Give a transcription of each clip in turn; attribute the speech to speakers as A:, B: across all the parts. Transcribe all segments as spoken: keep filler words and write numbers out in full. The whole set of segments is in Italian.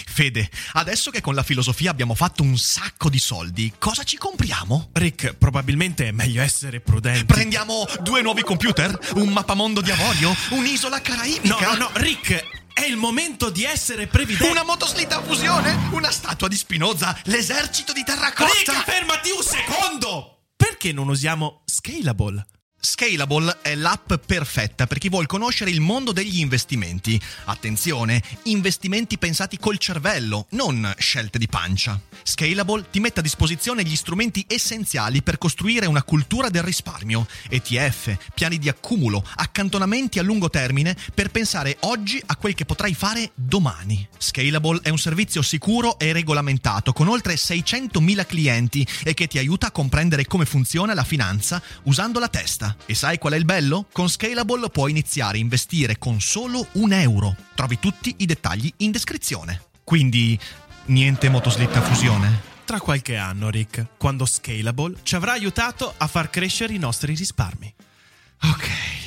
A: Fede, adesso che con la filosofia abbiamo fatto un sacco di soldi, cosa ci compriamo?
B: Rick, probabilmente è meglio essere prudenti.
A: Prendiamo due nuovi computer? Un mappamondo di avorio? Un'isola caraibica?
B: No, no, no, Rick, è il momento di essere previdenti.
A: Una motoslitta a fusione? Una statua di Spinoza? L'esercito di terracotta?
B: Rick, fermati un secondo! Perché non usiamo Scalable?
A: Scalable è l'app perfetta per chi vuol conoscere il mondo degli investimenti. Attenzione, investimenti pensati col cervello, non scelte di pancia. Scalable ti mette a disposizione gli strumenti essenziali per costruire una cultura del risparmio, E T F, piani di accumulo, accantonamenti a lungo termine per pensare oggi a quel che potrai fare domani. Scalable è un servizio sicuro e regolamentato con oltre seicentomila clienti e che ti aiuta a comprendere come funziona la finanza usando la testa. E sai qual è il bello? Con Scalable puoi iniziare a investire con solo un euro. Trovi tutti i dettagli in descrizione. Quindi, niente motoslitta a fusione?
B: Tra qualche anno, Rick, quando Scalable ci avrà aiutato a far crescere i nostri risparmi.
A: Ok.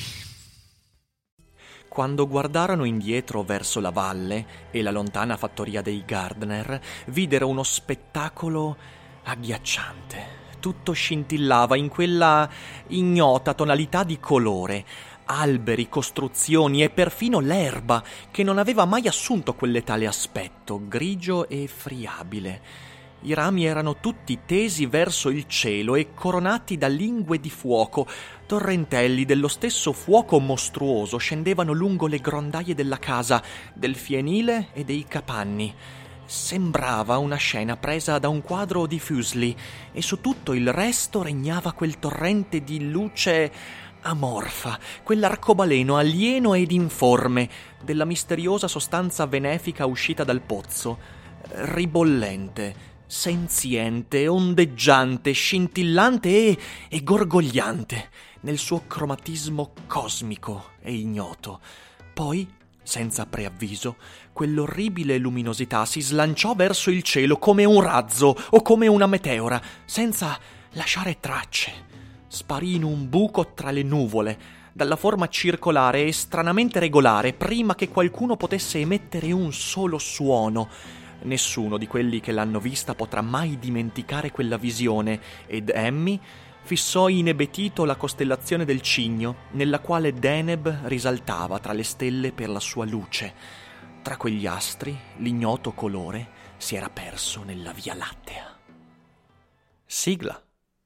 C: Quando guardarono indietro verso la valle e la lontana fattoria dei Gardner, videro uno spettacolo agghiacciante. Tutto scintillava in quella ignota tonalità di colore. Alberi, costruzioni e perfino l'erba, che non aveva mai assunto quel tale aspetto, grigio e friabile. I rami erano tutti tesi verso il cielo e coronati da lingue di fuoco. Torrentelli dello stesso fuoco mostruoso scendevano lungo le grondaie della casa, del fienile e dei capanni. Sembrava una scena presa da un quadro di Fuseli e su tutto il resto regnava quel torrente di luce amorfa, quell'arcobaleno alieno ed informe della misteriosa sostanza benefica uscita dal pozzo, ribollente, senziente, ondeggiante, scintillante e, e gorgogliante nel suo cromatismo cosmico e ignoto. Poi, senza preavviso, quell'orribile luminosità si slanciò verso il cielo come un razzo o come una meteora, senza lasciare tracce. Sparì in un buco tra le nuvole, dalla forma circolare e stranamente regolare, prima che qualcuno potesse emettere un solo suono. Nessuno di quelli che l'hanno vista potrà mai dimenticare quella visione, ed Emmy fissò inebetito la costellazione del Cigno, nella quale Deneb risaltava tra le stelle per la sua luce. Tra quegli astri, l'ignoto colore si era perso nella Via Lattea. Sigla.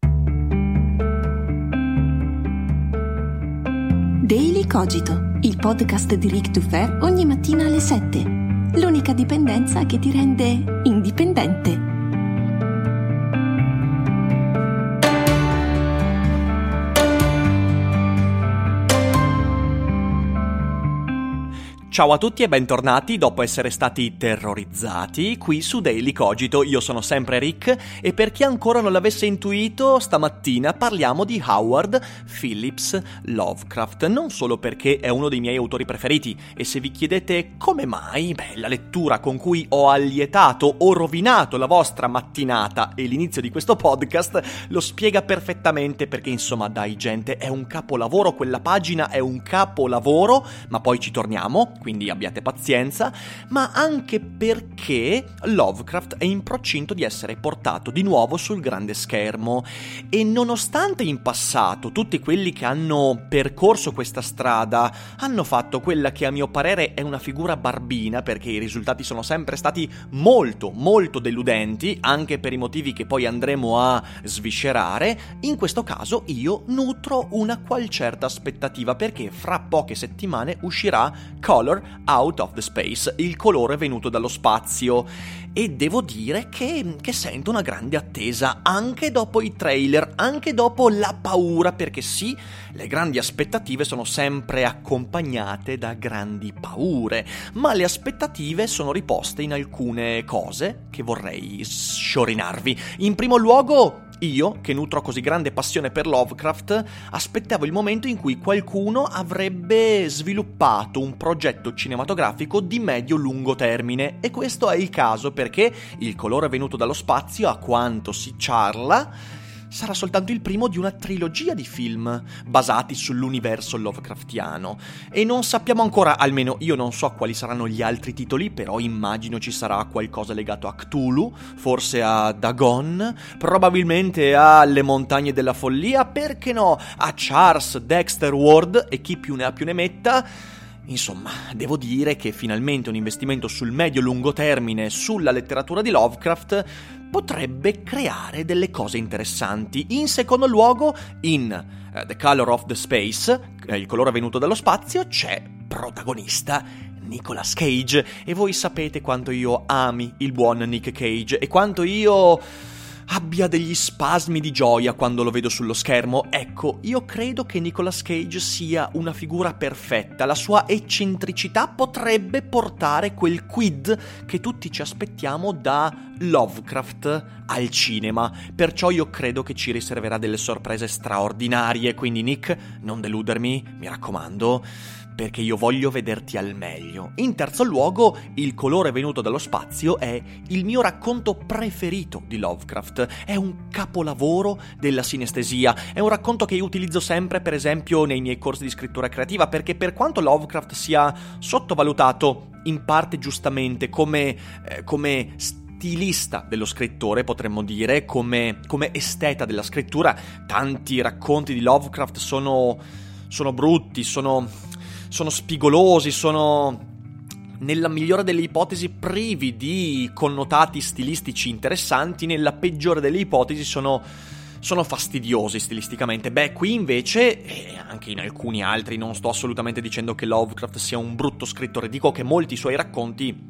D: Daily Cogito, il podcast di Rick Dufer ogni mattina alle sette. L'unica dipendenza che ti rende indipendente.
C: Ciao a tutti e bentornati dopo essere stati terrorizzati qui su Daily Cogito. Io sono sempre Rick e per chi ancora non l'avesse intuito, stamattina parliamo di Howard Phillips Lovecraft, non solo perché è uno dei miei autori preferiti e se vi chiedete come mai, beh, la lettura con cui ho allietato o rovinato la vostra mattinata e l'inizio di questo podcast lo spiega perfettamente, perché insomma dai gente, è un capolavoro, quella pagina è un capolavoro, ma poi ci torniamo, quindi abbiate pazienza, ma anche perché Lovecraft è in procinto di essere portato di nuovo sul grande schermo e nonostante in passato tutti quelli che hanno percorso questa strada hanno fatto quella che a mio parere è una figura barbina, perché i risultati sono sempre stati molto molto deludenti, anche per i motivi che poi andremo a sviscerare, in questo caso io nutro una qual certa aspettativa, perché fra poche settimane uscirà Color Out of the Space, il colore venuto dallo spazio, e devo dire che, che sento una grande attesa anche dopo i trailer, anche dopo la paura, perché sì, le grandi aspettative sono sempre accompagnate da grandi paure, ma le aspettative sono riposte in alcune cose che vorrei sciorinarvi. In primo luogo, io, che nutro così grande passione per Lovecraft, aspettavo il momento in cui qualcuno avrebbe sviluppato un progetto cinematografico di medio-lungo termine, e questo è il caso perché il colore venuto dallo spazio, a quanto si ciarla, sarà soltanto il primo di una trilogia di film basati sull'universo Lovecraftiano. E non sappiamo ancora, almeno io non so quali saranno gli altri titoli, però immagino ci sarà qualcosa legato a Cthulhu, forse a Dagon, probabilmente alle Montagne della Follia, perché no, a Charles Dexter Ward e chi più ne ha più ne metta. Insomma, devo dire che finalmente un investimento sul medio-lungo termine sulla letteratura di Lovecraft potrebbe creare delle cose interessanti. In secondo luogo, in uh, The Color of the Space, il colore venuto dallo spazio, c'è protagonista Nicolas Cage, e voi sapete quanto io ami il buon Nick Cage e quanto io abbia degli spasmi di gioia quando lo vedo sullo schermo. Ecco, io credo che Nicolas Cage sia una figura perfetta. La sua eccentricità potrebbe portare quel quid che tutti ci aspettiamo da Lovecraft al cinema. Perciò io credo che ci riserverà delle sorprese straordinarie. Quindi Nick, non deludermi, mi raccomando, perché io voglio vederti al meglio. In terzo luogo, Il colore venuto dallo spazio è il mio racconto preferito di Lovecraft. È un capolavoro della sinestesia. È un racconto che io utilizzo sempre, per esempio, nei miei corsi di scrittura creativa, perché per quanto Lovecraft sia sottovalutato, in parte giustamente, come, eh, come stilista dello scrittore, potremmo dire, come, come esteta della scrittura, tanti racconti di Lovecraft sono, sono brutti, sono... sono spigolosi, sono, nella migliore delle ipotesi, privi di connotati stilistici interessanti, nella peggiore delle ipotesi sono, sono fastidiosi stilisticamente. Beh, qui invece, e anche in alcuni altri, non sto assolutamente dicendo che Lovecraft sia un brutto scrittore, dico che molti suoi racconti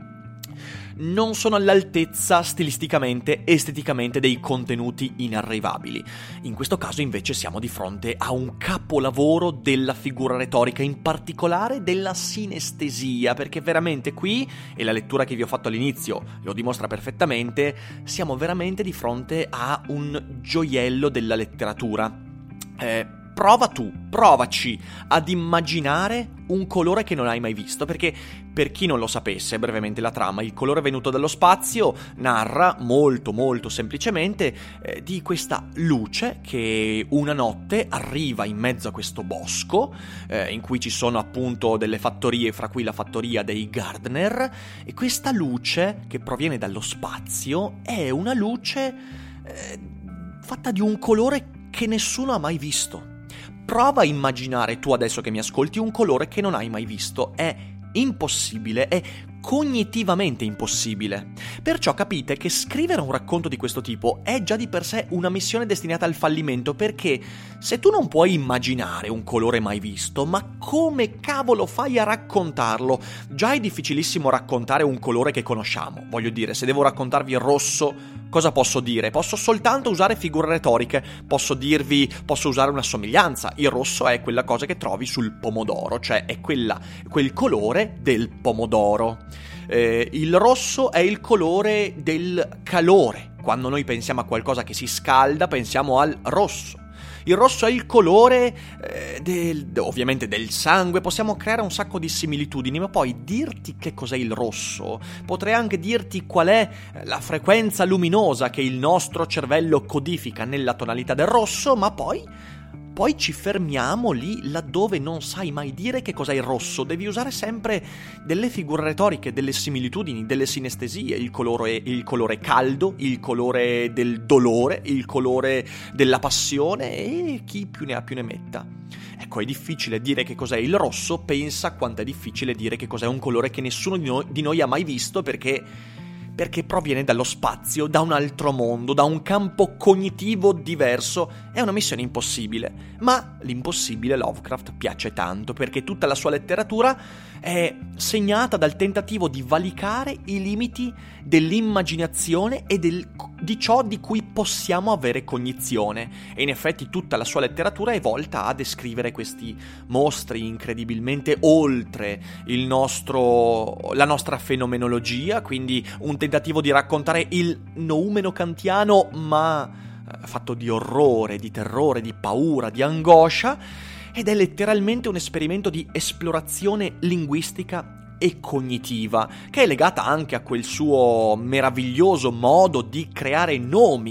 C: non sono all'altezza stilisticamente, esteticamente dei contenuti inarrivabili. In questo caso invece siamo di fronte a un capolavoro della figura retorica, in particolare della sinestesia, perché veramente qui, e la lettura che vi ho fatto all'inizio lo dimostra perfettamente, siamo veramente di fronte a un gioiello della letteratura. Eh, prova tu, provaci ad immaginare un colore che non hai mai visto, perché per chi non lo sapesse, brevemente la trama, Il colore venuto dallo spazio narra molto molto semplicemente eh, di questa luce che una notte arriva in mezzo a questo bosco eh, in cui ci sono appunto delle fattorie, fra cui la fattoria dei Gardner, e questa luce che proviene dallo spazio è una luce eh, fatta di un colore che nessuno ha mai visto. Prova a immaginare tu adesso che mi ascolti un colore che non hai mai visto. È impossibile, è cognitivamente impossibile. Perciò capite che scrivere un racconto di questo tipo è già di per sé una missione destinata al fallimento, perché se tu non puoi immaginare un colore mai visto, ma come cavolo fai a raccontarlo? Già è difficilissimo raccontare un colore che conosciamo. Voglio dire, se devo raccontarvi il rosso, cosa posso dire? Posso soltanto usare figure retoriche, posso dirvi, posso usare una somiglianza. Il rosso è quella cosa che trovi sul pomodoro, cioè è quella, quel colore del pomodoro. Eh, il rosso è il colore del calore. Quando noi pensiamo a qualcosa che si scalda, pensiamo al rosso. Il rosso è il colore eh, del, ovviamente del sangue. Possiamo creare un sacco di similitudini, ma poi dirti che cos'è il rosso, potrei anche dirti qual è la frequenza luminosa che il nostro cervello codifica nella tonalità del rosso, ma poi Poi ci fermiamo lì laddove non sai mai dire che cos'è il rosso. Devi usare sempre delle figure retoriche, delle similitudini, delle sinestesie. Il colore, il colore caldo, il colore del dolore, il colore della passione, e chi più ne ha più ne metta. Ecco, è difficile dire che cos'è il rosso. Pensa quanto è difficile dire che cos'è un colore che nessuno di noi, di noi ha mai visto, perché... perché proviene dallo spazio, da un altro mondo, da un campo cognitivo diverso. È una missione impossibile, ma l'impossibile Lovecraft piace tanto, perché tutta la sua letteratura è segnata dal tentativo di valicare i limiti dell'immaginazione e del, di ciò di cui possiamo avere cognizione. E in effetti tutta la sua letteratura è volta a descrivere questi mostri incredibilmente oltre il nostro, la nostra fenomenologia, quindi un tentativo di raccontare il noumeno kantiano, ma fatto di orrore, di terrore, di paura, di angoscia, ed è letteralmente un esperimento di esplorazione linguistica e cognitiva, che è legata anche a quel suo meraviglioso modo di creare nomi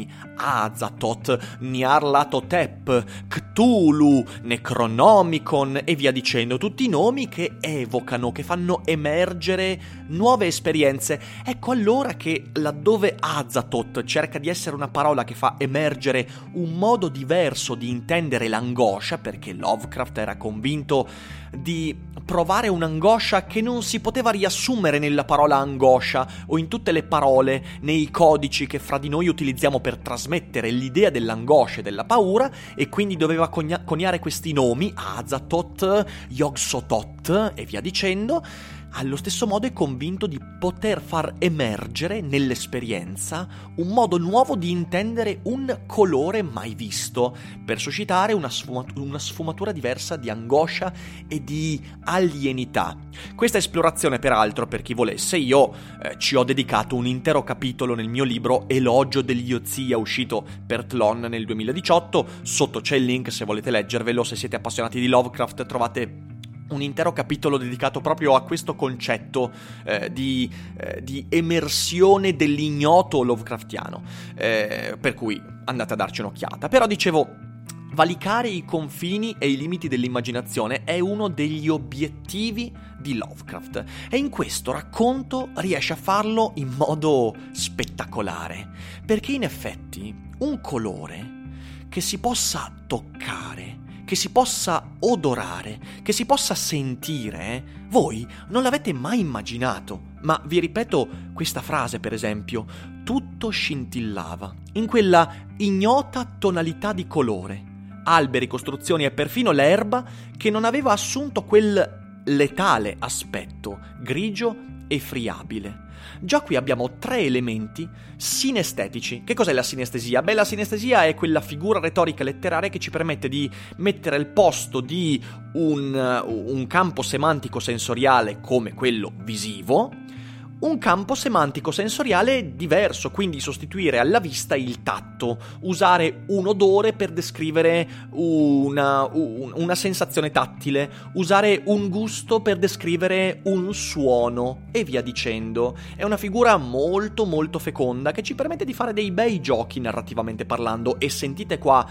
C: Azathoth, Nyarlathotep, Cthulhu, Necronomicon e via dicendo, tutti nomi che evocano, che fanno emergere nuove esperienze. Ecco allora che laddove Azathoth cerca di essere una parola che fa emergere un modo diverso di intendere l'angoscia, perché Lovecraft era convinto di provare un'angoscia che non si poteva riassumere nella parola angoscia o in tutte le parole, nei codici che fra di noi utilizziamo per trasmettere l'idea dell'angoscia e della paura, e quindi doveva cogna- coniare questi nomi, Azathoth, Yog-Sothoth e via dicendo. Allo stesso modo è convinto di poter far emergere nell'esperienza un modo nuovo di intendere un colore mai visto, per suscitare una, sfumat- una sfumatura diversa di angoscia e di alienità. Questa esplorazione, peraltro, per chi volesse, io eh, ci ho dedicato un intero capitolo nel mio libro Elogio degli Ozia, uscito per Tlon nel duemiladiciotto. Sotto c'è il link se volete leggervelo. Se siete appassionati di Lovecraft trovate un intero capitolo dedicato proprio a questo concetto eh, di, eh, di emersione dell'ignoto Lovecraftiano, eh, per cui andate a darci un'occhiata. Però dicevo, valicare i confini e i limiti dell'immaginazione è uno degli obiettivi di Lovecraft, e in questo racconto riesce a farlo in modo spettacolare, perché in effetti un colore che si possa toccare, che si possa odorare, che si possa sentire, voi non l'avete mai immaginato. Ma vi ripeto questa frase, per esempio: tutto scintillava in quella ignota tonalità di colore, alberi, costruzioni e perfino l'erba che non aveva assunto quel letale aspetto grigio e friabile. Già qui abbiamo tre elementi sinestetici. Che cos'è la sinestesia? Beh, la sinestesia è quella figura retorica letteraria che ci permette di mettere al posto di un, un campo semantico sensoriale come quello visivo un campo semantico sensoriale diverso, quindi sostituire alla vista il tatto, usare un odore per descrivere una, un, una sensazione tattile, usare un gusto per descrivere un suono e via dicendo. È una figura molto molto feconda che ci permette di fare dei bei giochi narrativamente parlando, e sentite qua,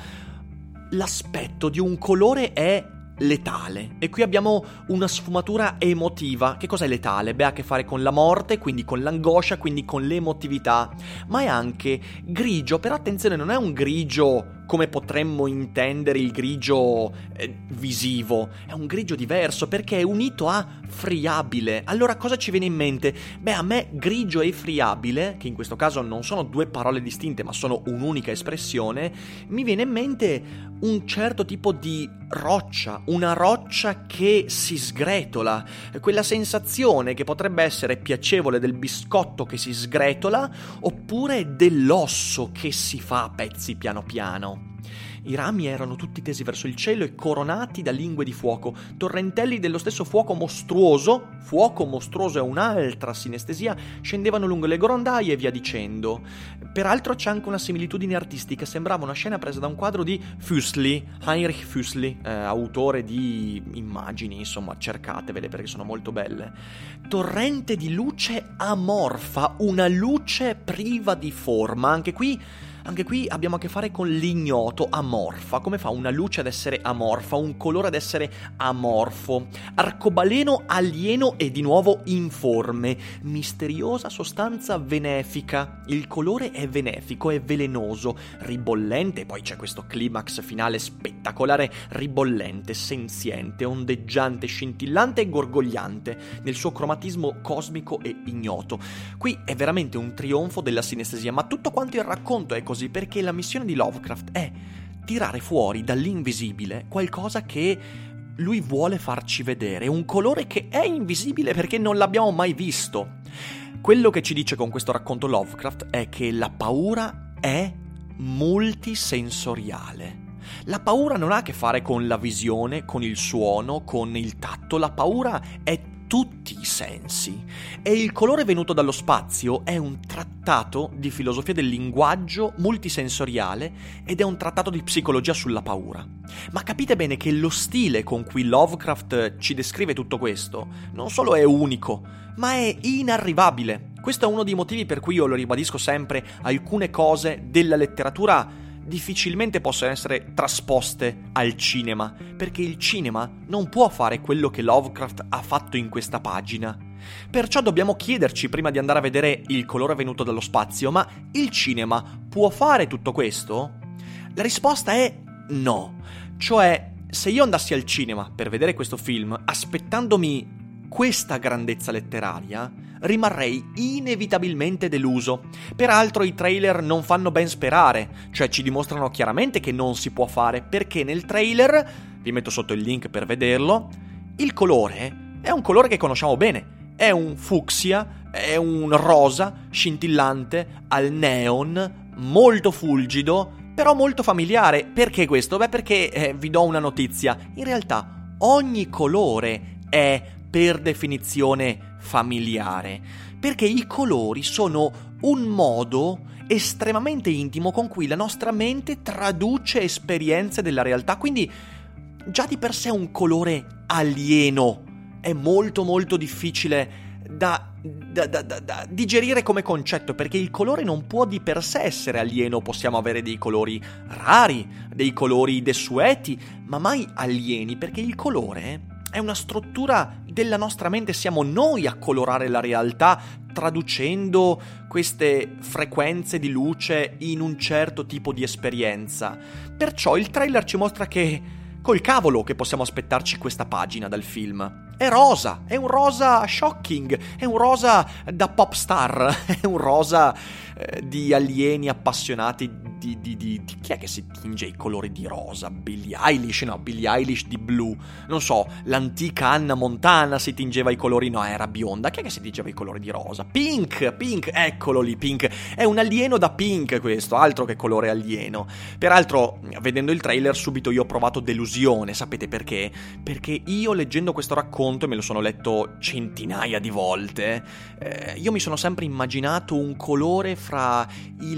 C: l'aspetto di un colore è letale, e qui abbiamo una sfumatura emotiva. Che cos'è letale? Beh, ha a che fare con la morte, quindi con l'angoscia, quindi con l'emotività, ma è anche grigio. Però attenzione, non è un grigio come potremmo intendere il grigio eh, visivo, è un grigio diverso perché è unito a friabile. Allora cosa ci viene in mente? Beh, a me grigio e friabile, che in questo caso non sono due parole distinte ma sono un'unica espressione, mi viene in mente un certo tipo di roccia, una roccia che si sgretola, quella sensazione che potrebbe essere piacevole del biscotto che si sgretola, oppure dell'osso che si fa a pezzi piano piano. I rami erano tutti tesi verso il cielo e coronati da lingue di fuoco, torrentelli dello stesso fuoco mostruoso, fuoco mostruoso è un'altra sinestesia, scendevano lungo le grondaie e via dicendo. Peraltro c'è anche una similitudine artistica, sembrava una scena presa da un quadro di Füssli, Heinrich Füssli, eh, autore di immagini, insomma, cercatevele perché sono molto belle. Torrente di luce amorfa, una luce priva di forma, anche qui Anche qui abbiamo a che fare con l'ignoto, amorfa. Come fa una luce ad essere amorfa, un colore ad essere amorfo? Arcobaleno, alieno e di nuovo informe. Misteriosa sostanza benefica. Il colore è benefico, è velenoso, ribollente. Poi c'è questo climax finale spettacolare, ribollente, senziente, ondeggiante, scintillante e gorgogliante, nel suo cromatismo cosmico e ignoto. Qui è veramente un trionfo della sinestesia, ma tutto quanto il racconto è così perché la missione di Lovecraft è tirare fuori dall'invisibile qualcosa che lui vuole farci vedere, un colore che è invisibile perché non l'abbiamo mai visto. Quello che ci dice con questo racconto Lovecraft è che la paura è multisensoriale. La paura non ha a che fare con la visione, con il suono, con il tatto. La paura è tutti i sensi. E Il colore venuto dallo spazio è un trattato di filosofia del linguaggio multisensoriale ed è un trattato di psicologia sulla paura. Ma capite bene che lo stile con cui Lovecraft ci descrive tutto questo non solo è unico, ma è inarrivabile. Questo è uno dei motivi per cui io lo ribadisco sempre: alcune cose della letteratura difficilmente possono essere trasposte al cinema, perché il cinema non può fare quello che Lovecraft ha fatto in questa pagina. Perciò dobbiamo chiederci, prima di andare a vedere Il colore venuto dallo spazio, ma il cinema può fare tutto questo? La risposta è no. Cioè, se io andassi al cinema per vedere questo film aspettandomi questa grandezza letteraria, rimarrei inevitabilmente deluso. Peraltro i trailer non fanno ben sperare, cioè ci dimostrano chiaramente che non si può fare, perché nel trailer, vi metto sotto il link per vederlo, il colore è un colore che conosciamo bene, è un fucsia, è un rosa scintillante al neon, molto fulgido, però molto familiare. Perché questo? Beh, perché eh, vi do una notizia: in realtà ogni colore è per definizione familiare, perché i colori sono un modo estremamente intimo con cui la nostra mente traduce esperienze della realtà. Quindi già di per sé un colore alieno è molto molto difficile da, da, da, da, da digerire come concetto, perché il colore non può di per sé essere alieno. Possiamo avere dei colori rari, dei colori desueti, ma mai alieni, perché il colore è una struttura della nostra mente, siamo noi a colorare la realtà traducendo queste frequenze di luce in un certo tipo di esperienza. Perciò il trailer ci mostra che col cavolo che possiamo aspettarci questa pagina dal film. È rosa, è un rosa shocking, è un rosa da pop star, è un rosa eh, di alieni appassionati di, di, di, di... Chi è che si tinge i colori di rosa? Billie Eilish? No, Billie Eilish di blu. Non so, l'antica Hannah Montana si tingeva i colori... No, era bionda. Chi è che si tingeva i colori di rosa? Pink, Pink, eccolo lì, Pink. È un alieno da Pink questo, altro che colore alieno. Peraltro, vedendo il trailer, subito io ho provato delusione. Sapete perché? Perché io leggendo questo racconto, e me lo sono letto centinaia di volte, eh, io mi sono sempre immaginato un colore fra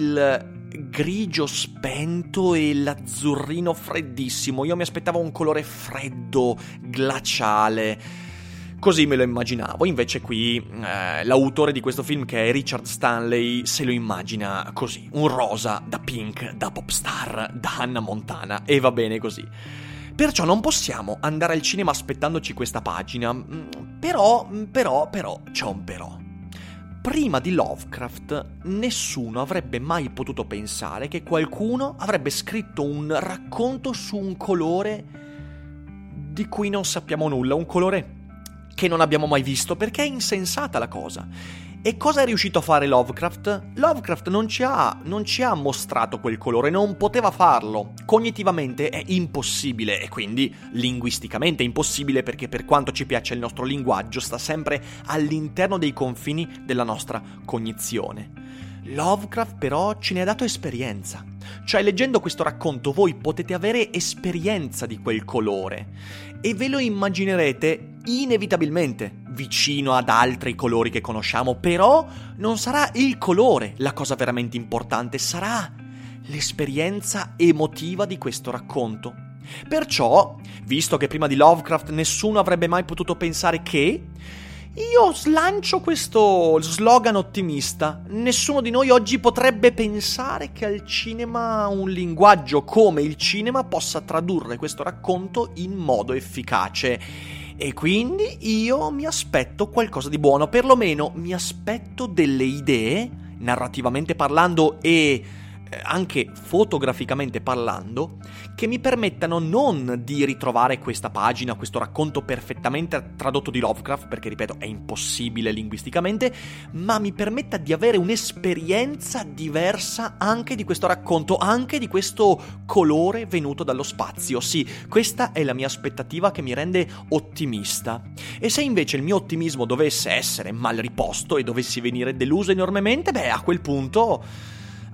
C: il grigio spento e l'azzurrino freddissimo. Io mi aspettavo un colore freddo, glaciale, così me lo immaginavo. Invece qui eh, l'autore di questo film, che è Richard Stanley, se lo immagina così, un rosa da Pink, da pop star, da Hannah Montana, e va bene così. Perciò non possiamo andare al cinema aspettandoci questa pagina. Però, però, però, c'è un però. Prima di Lovecraft, nessuno avrebbe mai potuto pensare che qualcuno avrebbe scritto un racconto su un colore di cui non sappiamo nulla, un colore che non abbiamo mai visto, perché è insensata la cosa. E cosa è riuscito a fare Lovecraft? Lovecraft non ci ha, non ci ha mostrato quel colore, non poteva farlo. Cognitivamente è impossibile, e quindi linguisticamente è impossibile, perché per quanto ci piaccia il nostro linguaggio, sta sempre all'interno dei confini della nostra cognizione. Lovecraft però ce ne ha dato esperienza. Cioè, leggendo questo racconto voi potete avere esperienza di quel colore e ve lo immaginerete inevitabilmente vicino ad altri colori che conosciamo. Però non sarà il colore la cosa veramente importante, sarà l'esperienza emotiva di questo racconto. Perciò, visto che prima di Lovecraft nessuno avrebbe mai potuto pensare che... Io slancio questo slogan ottimista. Nessuno di noi oggi potrebbe pensare che al cinema un linguaggio come il cinema possa tradurre questo racconto in modo efficace. E quindi io mi aspetto qualcosa di buono, perlomeno mi aspetto delle idee, narrativamente parlando e anche fotograficamente parlando, che mi permettano non di ritrovare questa pagina, questo racconto perfettamente tradotto di Lovecraft, perché ripeto è impossibile linguisticamente, ma mi permetta di avere un'esperienza diversa anche di questo racconto, anche di questo colore venuto dallo spazio. Sì, questa è la mia aspettativa che mi rende ottimista. E se invece il mio ottimismo dovesse essere mal riposto e dovessi venire deluso enormemente, beh, a quel punto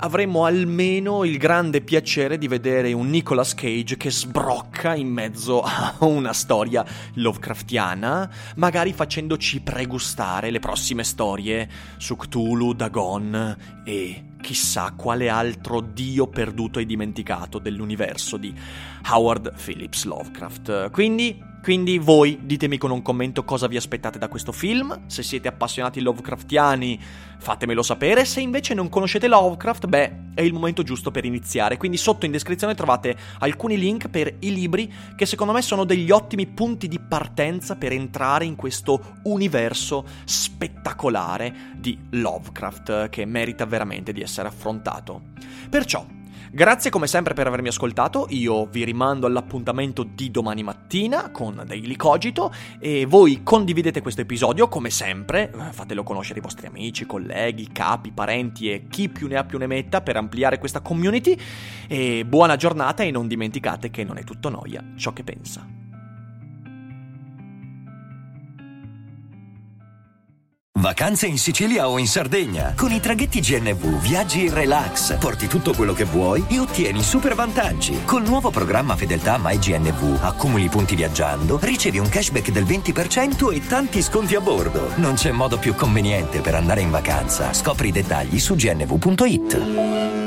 C: avremo almeno il grande piacere di vedere un Nicolas Cage che sbrocca in mezzo a una storia Lovecraftiana, magari facendoci pregustare le prossime storie su Cthulhu, Dagon e chissà quale altro dio perduto e dimenticato dell'universo di Howard Phillips Lovecraft. Quindi... Quindi voi ditemi con un commento cosa vi aspettate da questo film, se siete appassionati Lovecraftiani fatemelo sapere, se invece non conoscete Lovecraft, beh, è il momento giusto per iniziare, quindi sotto in descrizione trovate alcuni link per i libri che secondo me sono degli ottimi punti di partenza per entrare in questo universo spettacolare di Lovecraft che merita veramente di essere affrontato. Perciò, grazie come sempre per avermi ascoltato, io vi rimando all'appuntamento di domani mattina con Daily Cogito e voi condividete questo episodio come sempre, fatelo conoscere ai vostri amici, colleghi, capi, parenti e chi più ne ha più ne metta per ampliare questa community e buona giornata e non dimenticate che non è tutto noia ciò che pensa.
E: Vacanze in Sicilia o in Sardegna. Con i traghetti G N V viaggi in relax, porti tutto quello che vuoi e ottieni super vantaggi. Col nuovo programma Fedeltà MyGNV accumuli punti viaggiando, ricevi un cashback del venti per cento e tanti sconti a bordo. Non c'è modo più conveniente per andare in vacanza. Scopri i dettagli su gnv punto it.